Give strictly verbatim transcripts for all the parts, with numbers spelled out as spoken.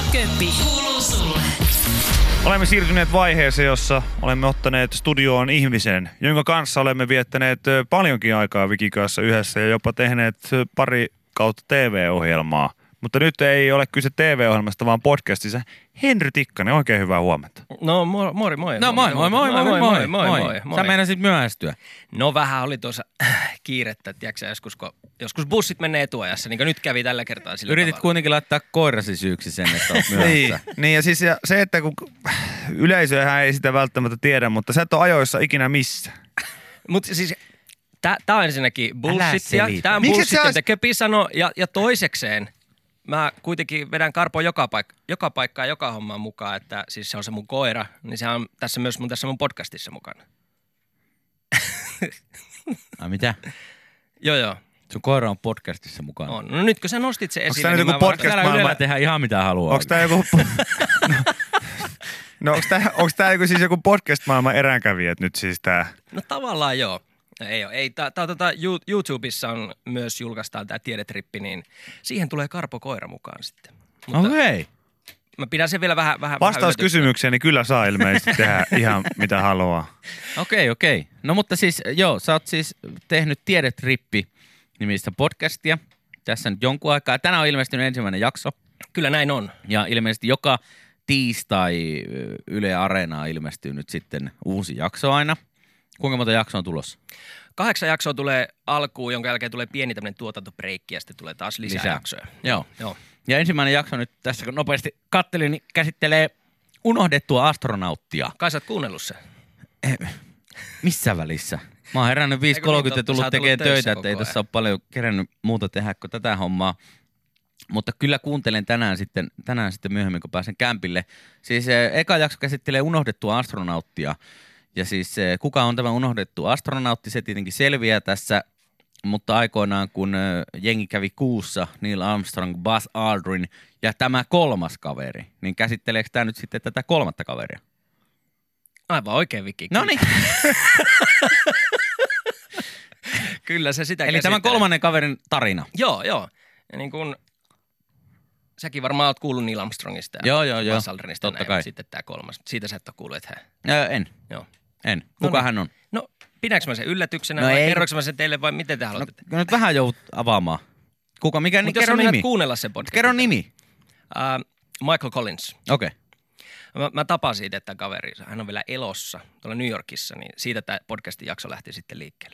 Köppi, kuuluu sulle. Olemme siirtyneet vaiheeseen, jossa olemme ottaneet studioon ihmisen, jonka kanssa olemme viettäneet paljonkin aikaa Vikin kanssa yhdessä ja jopa tehneet pari kautta T V-ohjelmaa. Mutta nyt ei ole kyse T V-ohjelmasta, vaan podcastissa. Henry Tikkanen, oikein hyvää huomenta. No moi moi moi. No moi moi moi moi moi moi moi. moi, moi. Sä meinasit myöhästyä. No vähän oli tuossa kiirettä, tiedätkö joskus, kun, joskus bussit menee etuajassa, niin kuin nyt kävi tällä kertaa sillä Yritit tavalla. kuitenkin laittaa koirasi syyksi sen, että olet myöhässä. niin, niin, ja siis ja se, että kun yleisöhän ei sitä välttämättä tiedä, mutta sä et ole ajoissa ikinä missä. Mutta siis tää, tää on ensinnäkin bullshittia. Tää on Miksi bullshittia, se mitä Köpi sanoo, ja, ja toisekseen mä kuitenkin vedän Karpo joka, paik- joka paikkaan joka hommaan mukaan, että siis se on se mun koira, niin se on tässä myös mun, tässä mun podcastissa mukana. Ai mitä? Joo joo. Sun koira on podcastissa mukana. On. No nyt kun sä nostit se esille, tää niin joku mä vaan... podcast- Täällä maailma- Ylellä tehdä ihan mitä haluaa. Onko tää joku... no onko tää, onks tää joku, siis joku podcast-maailman eränkävijät nyt siis tää? No tavallaan joo. Ei ole. Ei, tää, tää, tää, YouTubessa on myös julkaistaan tää tiedetrippi, niin siihen tulee Karpo koira mukaan sitten. Mutta Okei. mä pidän sen vielä vähän... vähän Vastaus vähän kysymykseen, niin kyllä saa ilmeisesti tehdä ihan mitä haluaa. Okei, okei. No mutta siis, joo, sä oot siis tehnyt Tiedetrippi-nimistä podcastia tässä nyt jonkun aikaa. Tänään on ilmestynyt ensimmäinen jakso. Kyllä näin on. Ja ilmeisesti joka tiistai Yle Areenaan ilmestyy nyt sitten uusi jakso aina. Kuinka monta jaksoa on tulossa? Kahdeksan jaksoa tulee alkuun, jonka jälkeen tulee pieni tämmöinen tuotantobreikki ja sitten tulee taas lisää, Lisää. jaksoja. Joo. Joo. Ja ensimmäinen jakso nyt tässä, kun nopeasti kattelin, niin käsittelee unohdettua astronauttia. Kai sä oot kuunnellut sen? Missä välissä? Mä oon herännyt viisi kolmekymmentä ja totta, sä tullut oot tekemään ollut töissä töitä, että ei koko tässä ole paljon kerännyt muuta tehdä kuin tätä hommaa. Mutta kyllä kuuntelen tänään sitten, tänään sitten myöhemmin, kun pääsen kämpille. Siis eh, eka jakso käsittelee unohdettua astronauttia. Ja siis eh, kuka on tämä unohdettu astronautti, se tietenkin selviää tässä. Mutta aikoinaan, kun eh, jengi kävi kuussa, Neil Armstrong, Buzz Aldrin ja tämä kolmas kaveri, niin käsitteleekö tämä nyt sitten tätä kolmatta kaveria? Aivan oikein, Viki. No niin. Kyllä se sitä Eli käsittelee. tämän kolmannen kaverin tarina. Joo, joo. Ja niin kun, säkin varmaan oot kuullut Neil Armstrongista ja Joo, joo, joo. Buzz Aldrinista Totta näin, kai. mutta sitten tää kolmas. Siitä sä et ole kuullut, että hän. Öö, en, Joo. en. No Kuka niin. hän on? No, pidänkö mä sen yllätyksenä No vai ei. kerroinko mä sen teille vai miten te No, haluatte? nyt vähän joudut avaamaan. Kuka, mikä, niin Mutta jos kerro sä meinaat nimi. kuunnella sen podcastin. Kerro nimi. Uh, Michael Collins. Okei. Okay. Mä, mä tapasin itse tämän kaverin. Hän on vielä elossa tuolla New Yorkissa, niin siitä tämä podcastin jakso lähti sitten liikkeelle.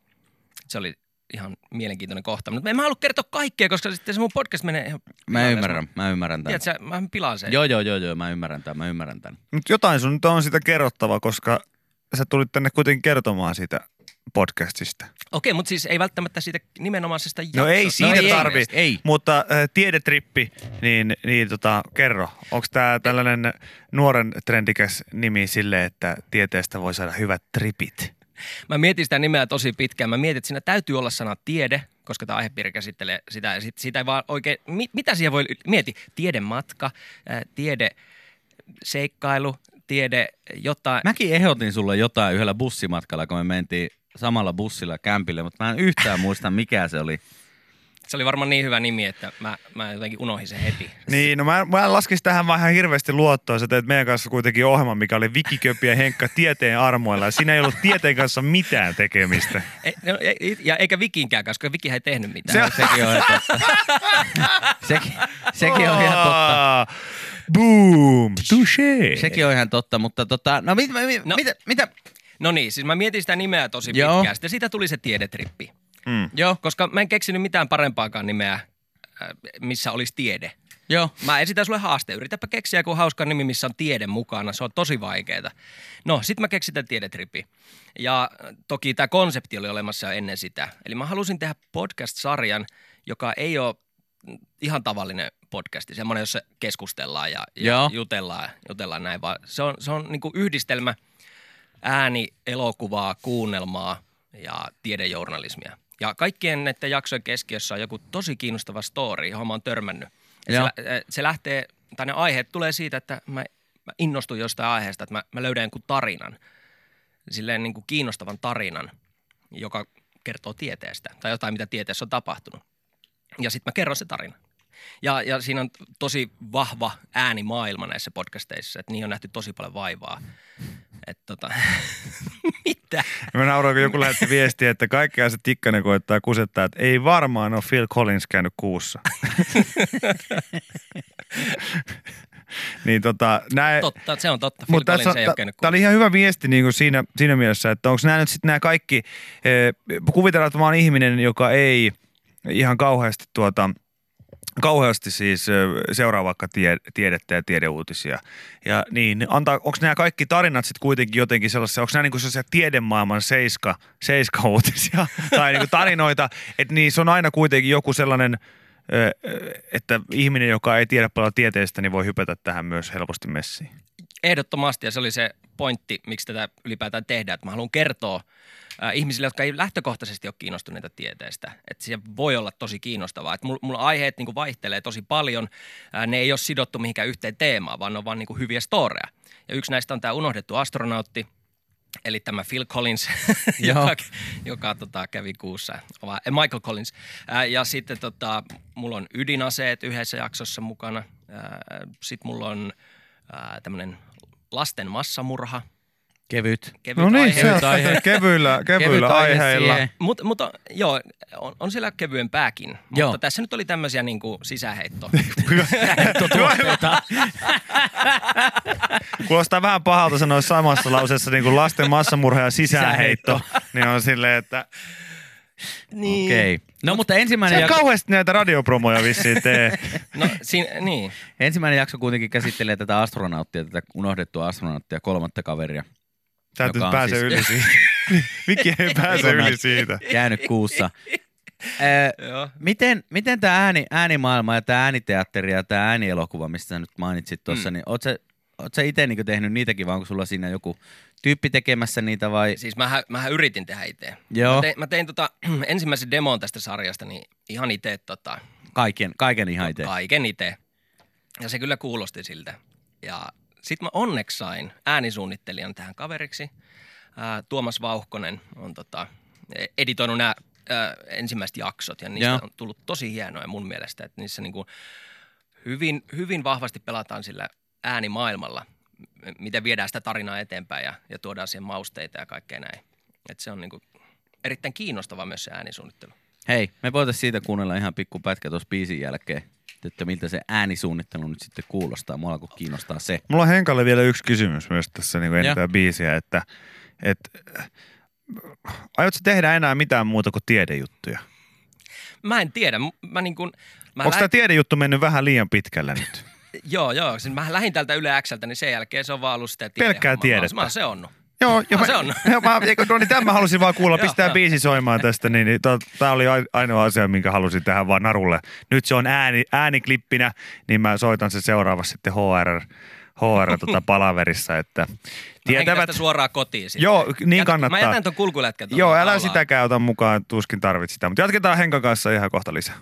Se oli ihan mielenkiintoinen kohta. Mutta en mä halua kertoa kaikkea, koska sitten se mun podcast menee ihan Mä pilalle. ymmärrän, mä ymmärrän tämän. Tiedätkö, mä pilaan sen. Joo, joo, joo, joo, mä ymmärrän tämän, mä ymmärrän tämän. Nyt jotain sun nyt on sitä kerrottava, koska sä tulit tänne kuitenkin kertomaan siitä podcastista. Okei, mutta siis ei välttämättä siitä nimenomaisesta jaksosta. No ei siitä ei, tarvi, ei. mutta äh, tiedetrippi, niin, niin tota, kerro. Onko tää tällainen nuoren trendikäs nimi sille, että tieteestä voi saada hyvät tripit? Mä mietin sitä nimeä tosi pitkään. Mä mietin, että siinä täytyy olla sana tiede, koska tämä aihepiiri käsittelee sitä. Ja sit, sitä ei vaan oikein, mit, mitä siihen voi, mieti, tiedematka, ää, tiede seikkailu, tiede jotain. Mäkin ehdotin sulle jotain yhdellä bussimatkalla, kun me mentiin samalla bussilla kämpille, mutta mä en yhtään muista, mikä se oli. Se oli varmaan niin hyvä nimi, että mä, mä jotenkin unohdin sen heti. Niin, no mä, mä laskisin tähän vaan ihan hirveästi luottoa. Sä teet meidän kanssa kuitenkin ohjelman, mikä oli Viki, Köpi ja Henkka tieteen armoilla. Ja siinä ei ollut tieteen kanssa mitään tekemistä. Ei, no, ei, ja eikä Vikinkään, koska Vikihän ei tehnyt mitään. Se- Sekin on ihan totta. Sekin, sekin on ihan totta. Boom! Touché! Sekin on ihan totta, mutta tota, no, mit, mit, No. mitä, mitä? No niin, siis mä mietin sitä nimeä tosi Joo. pitkään. Sitten siitä tuli se tiedetrippi. Mm. Joo, Koska mä en keksinyt mitään parempaakaan nimeä, äh, missä olisi tiede. joo. Mä esitän sulle haasteen. Yritäpä keksiä joku hauska nimi, missä on tiede mukana. Se on tosi vaikeeta. No, sit mä keksin tämän tiedetripi. Ja toki tämä konsepti oli olemassa jo ennen sitä. Eli mä halusin tehdä podcast-sarjan, joka ei ole ihan tavallinen podcasti. Semmoinen, jossa keskustellaan ja, ja Joo. jutellaan, jutellaan näin. Vaan se on, se on niin kuin yhdistelmä ääni, elokuvaa, kuunnelmaa ja tiedejournalismia. Ja kaikkien näiden jaksojen keskiössä on joku tosi kiinnostava story, johon mä oon törmännyt. Se, Joo. lä- se lähtee, tai ne aiheet tulee siitä, että mä, mä innostun jostain aiheesta, että mä, mä löydän jonkun tarinan, silleen niin kuin kiinnostavan tarinan, joka kertoo tieteestä tai jotain, mitä tieteessä on tapahtunut. Ja sitten mä kerron se tarina. Ja, ja siinä on tosi vahva äänimaailma näissä podcasteissa, että niihin on nähty tosi paljon vaivaa. Että tota, mitä? Mä nauroin, kun joku lähetti viestiä, että kaikkea se Tikkanen koittaa kusettaa, että ei varmaan ole Phil Collins käynyt kuussa. Niin tota, näin. Totta, se on totta. Phil Mutta Collins ei ole käynyt kuussa. Tämä oli ihan hyvä viesti niin kuin siinä, siinä mielessä, että onko nämä nyt sitten nämä kaikki, eh, kuvitellaan, että mä oon ihminen, joka ei ihan kauheasti tuota, kauheasti siis eh, seuraa vaikka tie, tiedettä ja tiedeuutisia. Ja niin, antaa, onko nämä kaikki tarinat sitten kuitenkin jotenkin sellaisia, onko nämä niin kuin sellaisia tiedemaailman seiska, seiska-uutisia tai niin kuin tarinoita, että niissä on aina kuitenkin joku sellainen, että ihminen, joka ei tiedä paljon tieteestä, niin voi hypätä tähän myös helposti messiin. Ehdottomasti, ja se oli se pointti, miksi tätä ylipäätään tehdään, että mä haluan kertoa äh, ihmisille, jotka ei lähtökohtaisesti ole kiinnostuneita tieteestä, että se voi olla tosi kiinnostavaa. Että mulla, mulla aiheet niin kuin vaihtelee tosi paljon, äh, ne ei ole sidottu mihinkään yhteen teemaan, vaan ne on vaan niin kuin hyviä storeja. Ja yksi näistä on tämä unohdettu astronautti, eli tämä Phil Collins, joka, joka tota, kävi kuussa, Michael Collins. Ää, ja sitten tota, mulla on ydinaseet yhdessä jaksossa mukana. Sitten mulla on tämmöinen lasten massamurha. Kevyt. No niin, se on aihe. kevyillä, kevyillä aiheilla. Mutta mut, joo, on, on siellä kevyempääkin. Joo. Mutta tässä nyt oli tämmöisiä niinku sisäheitto. Kuulostaa vähän pahalta sanoa samassa lauseessa niin kuin lasten massamurha ja sisäänheitto. Niin on silleen, että Niin. Okei. Okay. No mutta ensimmäinen sä jakso... kauheasti näitä radiopromoja vissiin tee. No siinä, niin. Ensimmäinen jakso kuitenkin käsittelee tätä astronauttia, tätä unohdettua astronauttia, kolmatta kaveria. Sä et joka on pääse siis- yli siitä. Viki ei pääse yli siitä. Jäänyt kuussa. Ö, Joo. miten miten tämä ääni, äänimaailma ja tämä ääniteatteri ja tämä äänielokuva, mistä sä nyt mainitsit tuossa, mm. niin oot sä, oot sä itse niinku tehnyt niitäkin, vai onko sulla siinä joku tyyppi tekemässä niitä vai? Siis mähän, mähän yritin tehdä itse. Joo. Mä tein, mä tein tota, ensimmäisen demon tästä sarjasta, niin ihan itse tota, Kaiken, kaiken ihan itse. kaiken itse. Ja se kyllä kuulosti siltä. Ja sit mä onneksi sain äänisuunnittelijan tähän kaveriksi. Ää, Tuomas Vauhkonen on tota, editoinut nämä ensimmäiset jaksot ja niistä Joo. on tullut tosi hienoja mun mielestä, että niissä niinku hyvin, hyvin vahvasti pelataan sillä äänimaailmalla, m- miten viedään sitä tarinaa eteenpäin ja, ja tuodaan siihen mausteita ja kaikkea näin. Että se on niinku erittäin kiinnostava myös se äänisuunnittelu. Hei, me voitaisiin siitä kuunnella ihan pikku pätkä tuossa biisin jälkeen, että miltä se äänisuunnittelu nyt sitten kuulostaa. Mua alkoi kiinnostaa se. Mulla on Henkalle vielä yksi kysymys myös tässä niin ennen Joo. tätä biisiä, että et, aiotko tehdä enää mitään muuta kuin tiedejuttuja? Mä en tiedä. M- Mä niin kuin, mä Onko lä- tämä tiedejuttu mennyt vähän liian pitkälle nyt? Joo, joo. Siis mä lähdin täältä Yle X:ltä, niin sen jälkeen se on vaan ollut sitä Pelkkää tiedehommaa. tiedettä. Mä oon seonnut. Joo, jo, Ah, se on. Jo, mä, eikö, no niin, tämän mä halusin vaan kuulla. Joo, Pistää joo. biisi soimaan tästä, niin, niin tämä oli ai- ainoa asia, minkä halusin tähän vaan narulle. Nyt se on ääni, ääniklippinä, niin mä soitan se seuraavassa sitten H R, H R tota, palaverissa, että Mä tietävät. tästä suoraan kotiin sitten. Joo, niin Jat- kannattaa. Mä jätän ton kulkulätkän tuohon Joo, älä laulaa. sitäkään ota mukaan, tuskin tarvit sitä. Mutta jatketaan Henkan kanssa ihan kohta lisää.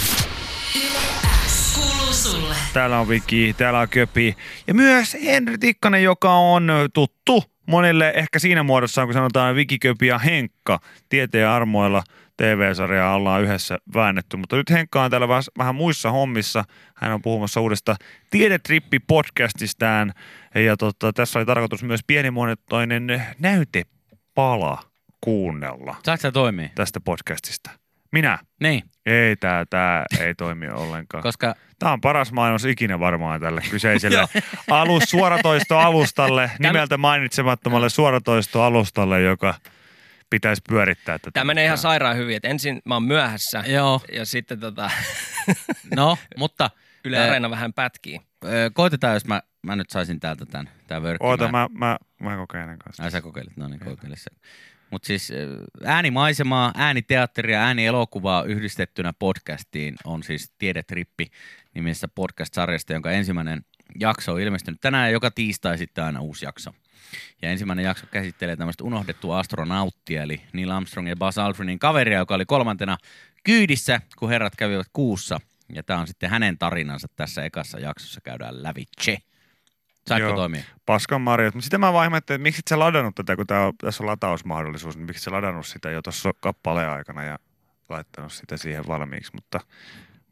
Kuuluu sulle. Täällä on Viki, täällä on Köpi ja myös Henri Tikkanen, joka on tuttu monille ehkä siinä muodossaan, kun sanotaan Viki, Köpi ja Henkka. Tieteen armoilla T V-sarjaa ollaan yhdessä väännetty, mutta nyt Henkka on täällä vähän, vähän muissa hommissa. Hän on puhumassa uudesta Tiedetrippi-podcastistaan ja tota, tässä oli tarkoitus myös pienimuotoinen näytepala kuunnella Saatko sä toimia? tästä podcastista. Minä? Niin, Ei, tää, tää ei toimi ollenkaan. koska Tämä on paras mainos ikinä varmaan tälle kyseiselle alus, suoratoistoalustalle, nimeltä mainitsemattomalle suoratoistoalustalle, joka pitäisi pyörittää tätä. Tämä menee ihan sairaan hyvin, että ensin mä oon myöhässä joo, ja sitten tota, no, mutta Yle Ää, Areena vähän pätkii. ö, koitetaan, jos mä, mä nyt saisin täältä tämän, tämän vörkki. Oota, mä, mä, mä kokeilen kanssa. Ai sä kokeilet, no niin kokeile sen. Mutta siis ö, äänimaisemaa, ääniteatteria, äänielokuvaa yhdistettynä podcastiin on siis Tiedetrippi nimisessä podcast-sarjasta, jonka ensimmäinen jakso on ilmestynyt tänään ja joka tiistai sitten aina uusi jakso. Ja ensimmäinen jakso käsittelee tämmöistä unohdettua astronauttia, eli Neil Armstrong ja Buzz Aldrinin kaveria, joka oli kolmantena kyydissä, kun herrat kävivät kuussa. Ja tämä on sitten hänen tarinansa tässä ekassa jaksossa, käydään lävitse. Saatko Joo. toimia? Paskan marjat. Mutta sitten mä vaan ihmettelin, että miksi et sä ladannut tätä, kun tää on, tässä on latausmahdollisuus, niin miksi sä ladannut sitä jo tuossa kappaleen aikana ja laittanut sitä siihen valmiiksi. Mutta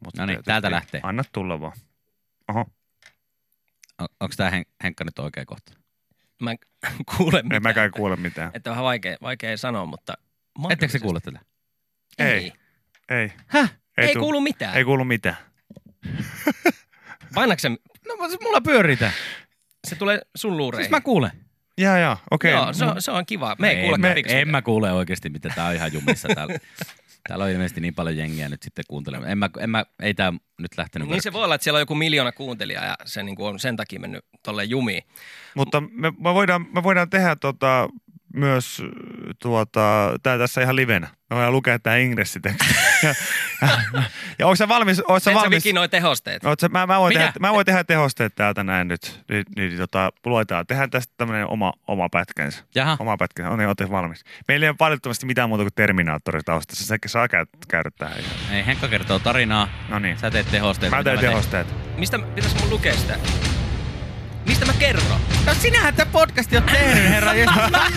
Mutta No niin, tietysti täältä lähtee. Anna tulla vaan. Oho. On, onko tää Hen- Henkka nyt oikea kohta? Mä en kuule mitään. En mäkään kuule mitään. Että on vähän vaikea, vaikea sanoa, mutta Ettekö se kuule tätä? Ei. Ei. Häh? Ei, ei tuu- kuulu mitään. Ei kuulu mitään. Painaatko se, No mulla pyörii tää. se tulee sun luureihin? Siis mä kuulen. Jaa, jaa, okei. Joo, se on, se on kiva. Me ei, Ei, kuule me, käpiksi. en mä kuule oikeasti, mitä tää on ihan jumissa täällä. Täällä on ilmeisesti niin paljon jengiä nyt sitten kuuntelemaan. En mä, en mä, ei tää nyt lähtenyt. Niin se voi olla, että siellä on joku miljoona kuuntelijaa ja se niinku on sen takia mennyt tolleen jumiin. Mutta me, me, voidaan, me voidaan tehdä tota, myös tuota, tää tässä ihan livenä. Me voidaan lukea tää ingressiteksti. ja, ja, ja onko sä valmis? Onko sä Et sä valmis? Viki noi tehosteet. Oot sä, mä, mä, voin Minä? tehdä, mä voin tehdä tehosteet täältä näin nyt. Niin, niin tota, luetaan. Tehdään tästä tämmönen oma, oma pätkänsä. Jaha. Oma pätkänsä. On niin, ootte valmis. Meillä ei ole valitettavasti mitään muuta kuin Terminaattori taustassa. Sä saa käydä, käydä tähän. Ei, Henkka kertoo tarinaa. No niin. Sä teet tehosteet. Mä mitä teen tehosteet. Mistä pitäis mun lukea sitä? Mistä mä kerron? No sinähän tätä podcastia oot tehnyt, herra. En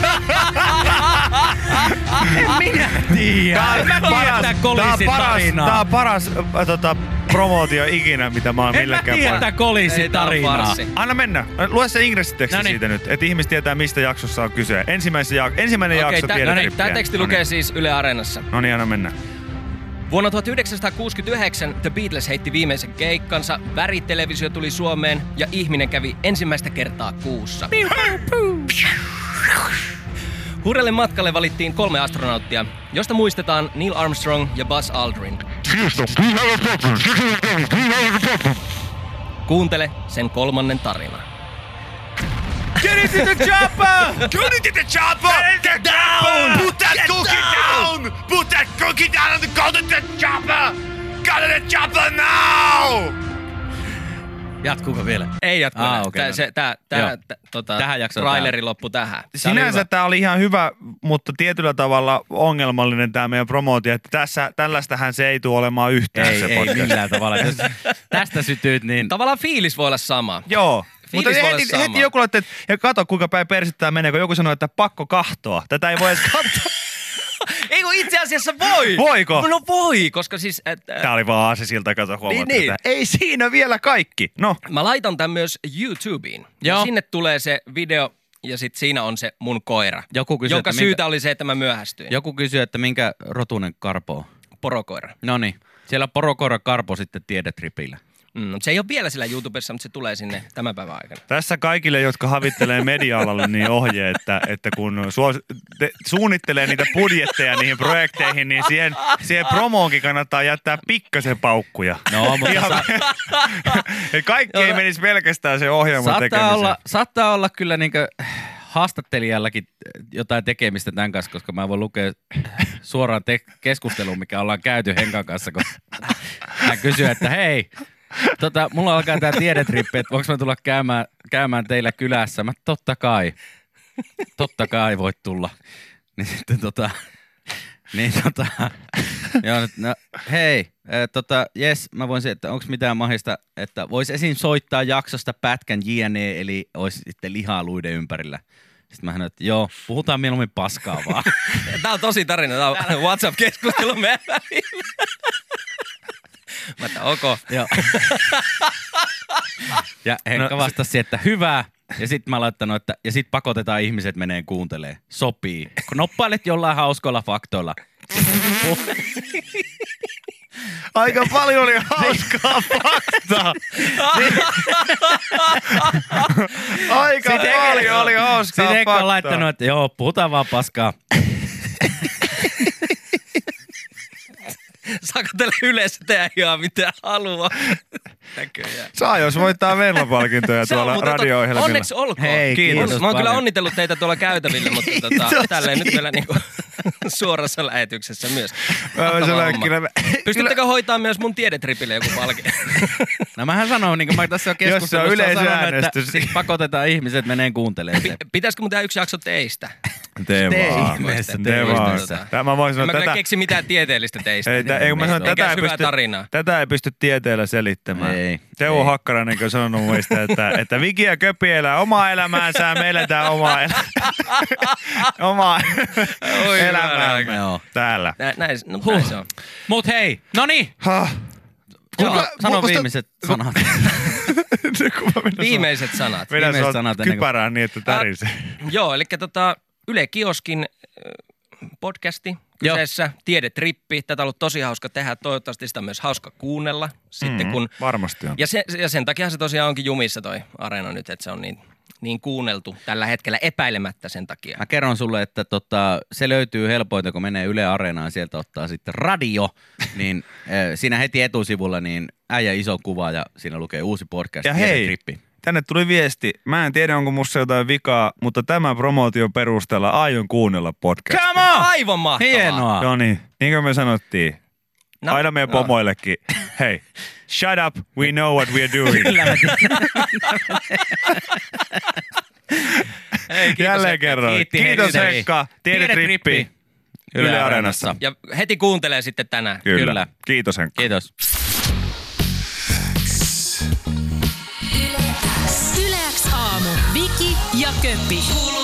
minä tiedä. En mä tiedä tää kolisin paras, tarinaa. tää on paras äh, tota, promootio ikinä, mitä mä oon En mä millekään tiedä puolella. tää kolisin Ei, tää on tarinaa. farssi. Anna mennä. Lue se ingressiteksti Noniin. siitä nyt, että ihmiset tietää, mistä jaksossa on kyse. Ensimmäisen jak- ensimmäinen Okei, jakso tää- tiedät no niin, rippiä. tää teksti lukee siis Yle Areenassa. No niin, anna mennä. Vuonna tuhatyhdeksänsataakuusikymmentäyhdeksän The Beatles heitti viimeisen keikkansa, väritelevisio tuli Suomeen ja ihminen kävi ensimmäistä kertaa kuussa. Hurjalle matkalle valittiin kolme astronauttia, josta muistetaan Neil Armstrong ja Buzz Aldrin. Kuuntele sen kolmannen tarinan. Get into the chopper! Get into the chopper! Get down! Put that cookie down! Put that cookie down and go to the chopper! Go to the chopper now! Jatkuuko vielä? Ei jatku. Ah, enää. okei, Tää, no se, niin. tää, Joo. tää, tää, tota, Tähän jaksoon traileri tää. loppu tähän. Tää oli Sinänsä hyvä. tämä oli ihan hyvä, mutta tietyllä tavalla ongelmallinen tämä meidän promootio, että tässä, tällaistähän se ei tule olemaan yhtään Ei, se ei podcast. millään tavalla. Jos tästä sytyt, niin Tavallaan fiilis voi olla sama. Joo. Mutta Fiilis voi olla heti, sama. heti joku laittoi, että ja kato kuinka päin persittää menee, kun joku sanoi, että pakko kahtoa. Tätä ei voi edes katsoa. Ei kun itse asiassa voi! Voiko? No voi, koska siis... Et, äh, Tää oli vaan Aasisilta, kato huomaat. Niin, niin. Tätä. Ei siinä vielä kaikki. No, mä laitan tämän myös YouTubeen. Joo. Ja sinne tulee se video ja sit siinä on se mun koira. joku kysyy, jonka että syytä minkä, oli se, että mä myöhästyin. joku kysyy, että minkä rotunen karpo on. Porokoira. No niin. Siellä porokoira karpo sitten tiedetripillä. Mm, se ei ole vielä sillä YouTubessa, mutta se tulee sinne tämän päivän aikana. tässä kaikille, jotka havittelee media-alalle, niin ohje, että, että kun suos, te, suunnittelee niitä budjetteja niihin projekteihin, niin siihen, siihen promoonkin kannattaa jättää pikkasen paukkuja. No, mutta Ihan, sa- kaikki ei menisi pelkästään se ohjelman saattaa, tekemiseen. olla, saattaa olla kyllä niinkö haastattelijallakin jotain tekemistä tämän kanssa, koska mä voin lukea suoraan te- keskusteluun, mikä ollaan käyty Henkan kanssa, kun hän kysyy, että hei, tota, mulla alkaa tää tiedetrippi, että voinko mä tulla käymään, käymään teillä kylässä? Mä totta kai, totta kai voit tulla. Niin sitten tota, niin tota, joo, nyt, no, hei, äh, tota, jes, mä voisin, että onko mitään mahdollista, että vois esim. Soittaa jaksosta pätkän J N E, eli olisi sitten lihaa luiden ympärillä. Sitten mä sanoin, että joo, puhutaan mieluummin paskaa vaan. Tää on tosi tarina, tää on WhatsApp-keskustelu meidän välillä. Mä että ok. Joo. Ja Henkka No, vastasi, että hyvä. Ja sitten mä laittanut, että ja sit pakotetaan ihmiset menee kuuntelee. Sopii. Kun noppailet jollain hauskoilla faktoilla. Aika paljon oli hauskaa faktaa. Aika Sitten paljon oli hauskaa Sitten Henkka faktaa. on laittanut, että joo, puhutaan vaan paskaa. Saako tälle yleensä tehdä ihan mitä haluaa? Näköjään. Saa, jos voittaa Venla-palkintoja Se on, tuolla mutta to- radio-ohjelmilla. Onneksi olkoon. Hei, kiitos Mä oon kyllä paljon. onnitellut teitä tuolla käytävillä, mutta tota, Kiitos, tälleen nyt vielä niinku suorassa lähetyksessä myös. Mä voin Mahtava sanoa, homma. kyllä, Pystyttekö hoitaa myös mun tiedetripille joku palkinto? No mähän sanoin, niin kuin mä tässä jo keskustelussa Jos se on sanonut, että yleisöäänestys. sit pakotetaan ihmiset menee kuuntelemaan. Pi- Pitäisikö mun tehdä yksi jakso teistä? Tee Tee vaan. ihmeessä, Tee tee vaan. ihmeessä. Tämä voin En sanoa, mä kyllä tätä, keksi mitään tieteellistä teistä. ei, tä, ei, kun mä sanon, Eikä tätä, ei hyvää pysty, tarinaa. tätä ei pysty tieteellä selittämään. Ei, Teuvo ei. Hakkarainen on sanonut muista, että, että Viki ja Köpi elää omaa elämäänsä, me eletään omaa, elä... omaa Oi, elämäämme hyvä Joo. täällä. Nä, näin, no, näin se on. Mut hei, no niin. Huh. Sano, sano musta- viimeiset sanat. Viimeiset sanat. Vedän Viimeiset sua sanat ennen kuin- kypärään niin, että tärisee. Joo, eli tota, Yle Kioskin äh, podcasti kyseessä, Tiedetrippi. Tätä on ollut tosi hauska tehdä, toivottavasti sitä on myös hauska kuunnella. Sitten, Mm, kun, varmasti on. ja, se, ja sen takia se tosiaan onkin jumissa toi Areena nyt, että se on niin, niin kuunneltu tällä hetkellä epäilemättä sen takia. Mä kerron sulle, että tota, se löytyy helpointa, kun menee Yle Areenaan, sieltä ottaa sitten radio, niin äh, siinä heti etusivulla niin äijä iso kuva ja siinä lukee uusi podcast, Ja hei, Tiedetrippi. tänne tuli viesti. Mä en tiedä, onko musta jotain vikaa, mutta tämän promootion perusteella aion kuunnella podcastia. Come on! Aivan mahtavaa. Hienoa! No niin, niin kuin me sanottiin. No, Aina meidän no. pomoillekin. Hei, shut up, we know what we're doing. Kyllä mä tiedän. Hei, kiitos, Jälleen Heikka. kerran. Kiitti, Kiitos hei. Heikka. Tiedetrippi. Tiedetrippi. Yle Yle Areenassa. Areenassa. Ja heti kuuntelee sitten tänään. Kyllä. Kyllä. Kiitos Henkka. Kiitos. Yle X aamu. Viki ja Köppi.